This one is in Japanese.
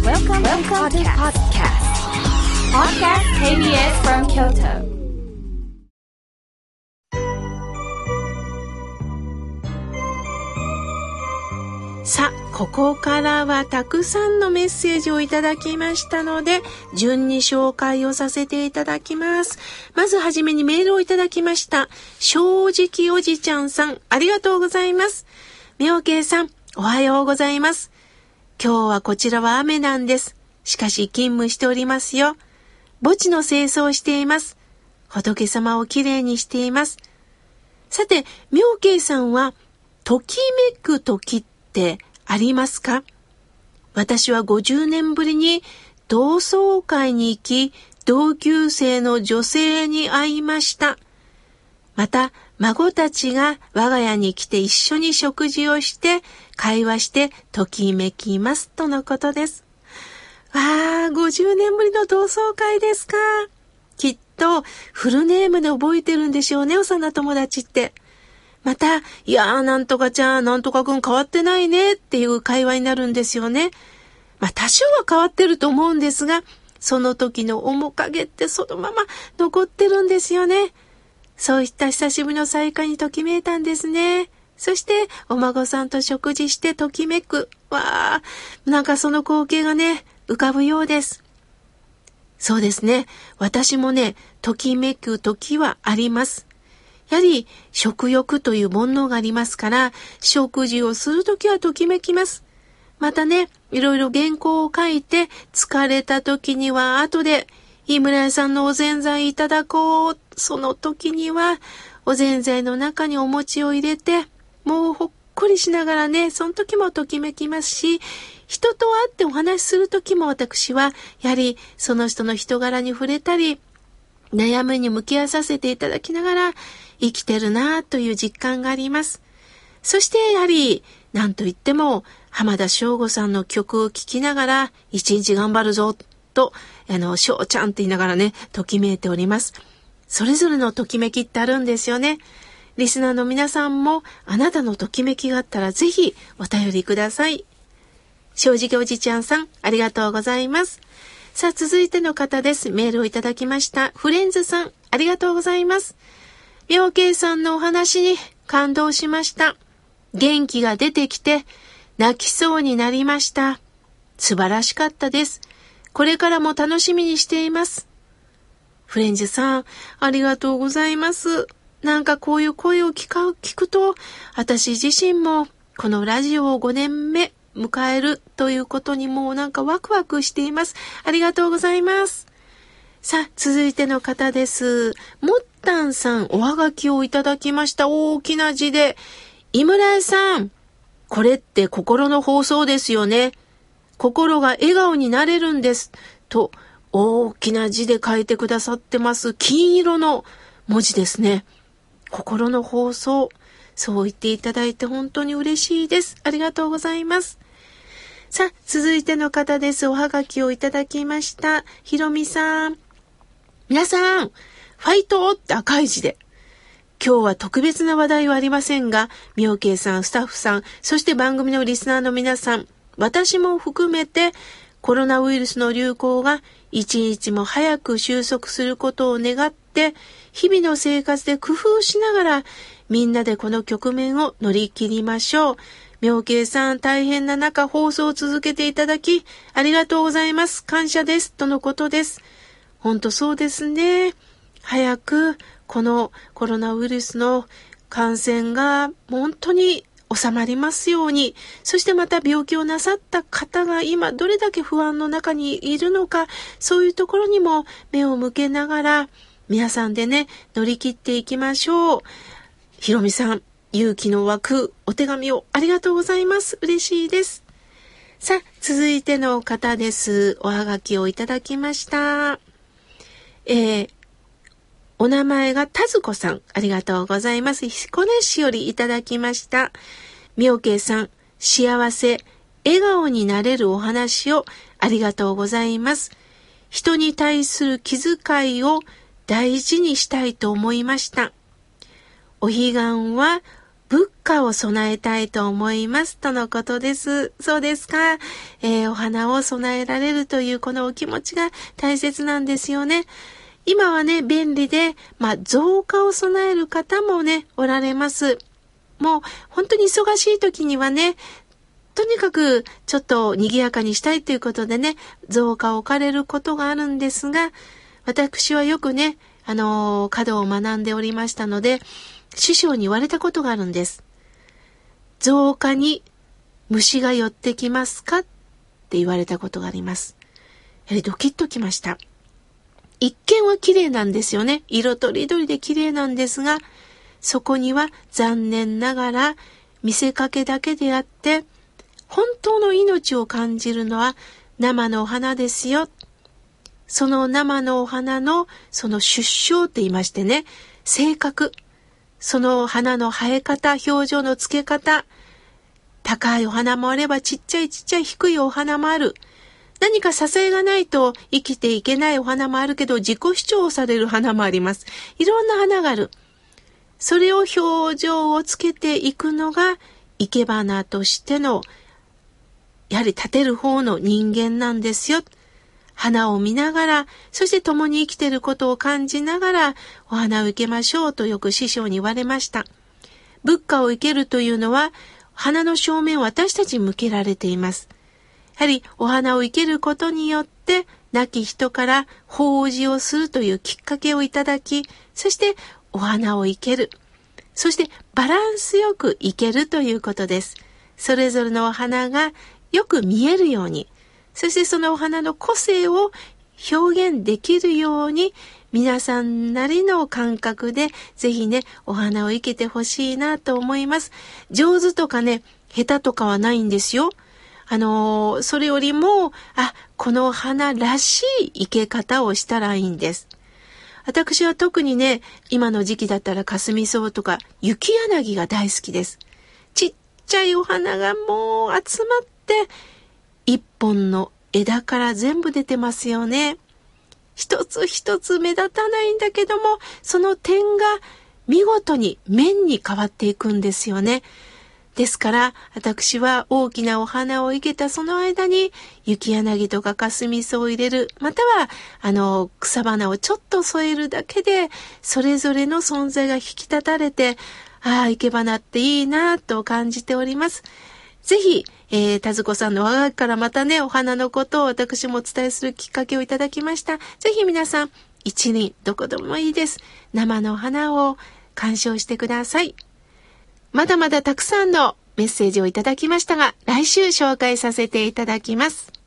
Welcome to podcast. Podcast KBS from Kyoto. さあ、ここからはたくさんのメッセージをいただきましたので、順に紹介をさせていただきます。まずはじめにメールをいただきました。正直おじちゃんさん、ありがとうございます。妙慶さん、おはようございます。今日はこちらは雨なんです。しかし勤務しておりますよ。墓地の清掃をしています。仏様をきれいにしています。さて、妙慶さんは、ときめく時ってありますか？私は50年ぶりに同窓会に行き、同級生の女性に会いました。また、孫たちが我が家に来て一緒に食事をして、会話してときめきますとのことです。わあ、50年ぶりの同窓会ですか。きっとフルネームで覚えてるんでしょうね、幼友達って。また、いやーなんとかちゃん、なんとかくん変わってないねっていう会話になるんですよね。まあ多少は変わってると思うんですが、その時の面影ってそのまま残ってるんですよね。そういった久しぶりの再会にときめいたんですね。そしてお孫さんと食事してときめく。わー、なんかその光景がね、浮かぶようです。そうですね。私もね、ときめく時はあります。やはり食欲という煩悩がありますから、食事をするときはときめきます。またね、いろいろ原稿を書いて疲れたときには後で井村屋さんのおぜんざいいただこう。その時にはおぜんざいの中にお餅を入れて、もうほっこりしながらね、その時もときめきますし、人と会ってお話しする時も私はやはりその人の人柄に触れたり、悩みに向き合わさせていただきながら生きてるなという実感があります。そしてやはり何と言っても浜田省吾さんの曲を聴きながら一日頑張るぞと翔ちゃんって言いながらねときめいております。それぞれのときめきってあるんですよね。リスナーの皆さんもあなたのときめきがあったらぜひお便りください。正直おじちゃんさん、ありがとうございます。さあ続いての方です。メールをいただきましたフレンズさん、ありがとうございます。妙慶さんのお話に感動しました。元気が出てきて泣きそうになりました。素晴らしかったです。これからも楽しみにしています。フレンズさん、ありがとうございます。なんかこういう声を聞くと、私自身もこのラジオを5年目迎えるということにもうなんかワクワクしています。ありがとうございます。さあ、続いての方です。もったんさん、おはがきをいただきました。大きな字で。井村屋さん、これって心の放送ですよね。心が笑顔になれるんです。と、大きな字で書いてくださってます。金色の文字ですね。心の放送。そう言っていただいて本当に嬉しいです。ありがとうございます。さあ、続いての方です。おはがきをいただきました。ひろみさん。皆さん、ファイトって赤い字で。今日は特別な話題はありませんが、妙慶さん、スタッフさん、そして番組のリスナーの皆さん、私も含めてコロナウイルスの流行が一日も早く収束することを願って、日々の生活で工夫しながらみんなでこの局面を乗り切りましょう。妙慶さん、大変な中放送を続けていただきありがとうございます。感謝です。とのことです。本当そうですね。早くこのコロナウイルスの感染が本当に収まりますように、そしてまた病気をなさった方が今どれだけ不安の中にいるのか、そういうところにも目を向けながら皆さんでね乗り切っていきましょう。ひろみさん、勇気の湧くお手紙をありがとうございます。嬉しいです。さあ続いての方です。おはがきをいただきました。お名前がたずこさん、ありがとうございます。彦根市よりいただきました。妙慶さん、幸せ、笑顔になれるお話をありがとうございます。人に対する気遣いを大事にしたいと思いました。お彼岸は仏花を備えたいと思いますとのことです。そうですか。お花を備えられるというこのお気持ちが大切なんですよね。今はね、便利で、造花を備える方もね、おられます。もう本当に忙しい時にはね、とにかくちょっと賑やかにしたいということでね、造花を置かれることがあるんですが、私はよくね、華道を学んでおりましたので、師匠に言われたことがあるんです。造花に虫が寄ってきますかって言われたことがあります。やはりドキッときました。一見は綺麗なんですよね。色とりどりで綺麗なんですが、そこには残念ながら見せかけだけであって、本当の命を感じるのは生のお花ですよ。その生のお花のその出生って言いましてね、性格、その花の生え方、表情のつけ方、高いお花もあればちっちゃい低いお花もある。何か支えがないと生きていけないお花もあるけど、自己主張される花もあります。いろんな花がある。それを表情をつけていくのが生け花としてのやはり立てる方の人間なんですよ。花を見ながら、そして共に生きていることを感じながらお花を生けましょうとよく師匠に言われました。仏花を生けるというのは花の正面を私たちに向けられています。やはりお花を生けることによって亡き人から法事をするというきっかけをいただき、そしてお花を生ける。そしてバランスよく生けるということです。それぞれのお花がよく見えるように、そしてそのお花の個性を表現できるように、皆さんなりの感覚でぜひね、お花を生けてほしいなと思います。上手とかね、下手とかはないんですよ。それよりも、この花らしい生け方をしたらいいんです。私は特にね、今の時期だったら霞草とか雪柳が大好きです。ちっちゃいお花がもう集まって、一本の枝から全部出てますよね。一つ一つ目立たないんだけども、その点が見事に面に変わっていくんですよね。ですから私は大きなお花を生けたその間に雪柳とか霞草を入れる、または草花をちょっと添えるだけでそれぞれの存在が引き立たれて、生け花っていいなと感じております。ぜひ、田鶴子さんの我が家からまたね、お花のことを私もお伝えするきっかけをいただきました。ぜひ皆さん一輪どこでもいいです。生の花を鑑賞してください。まだまだたくさんのメッセージをいただきましたが、来週紹介させていただきます。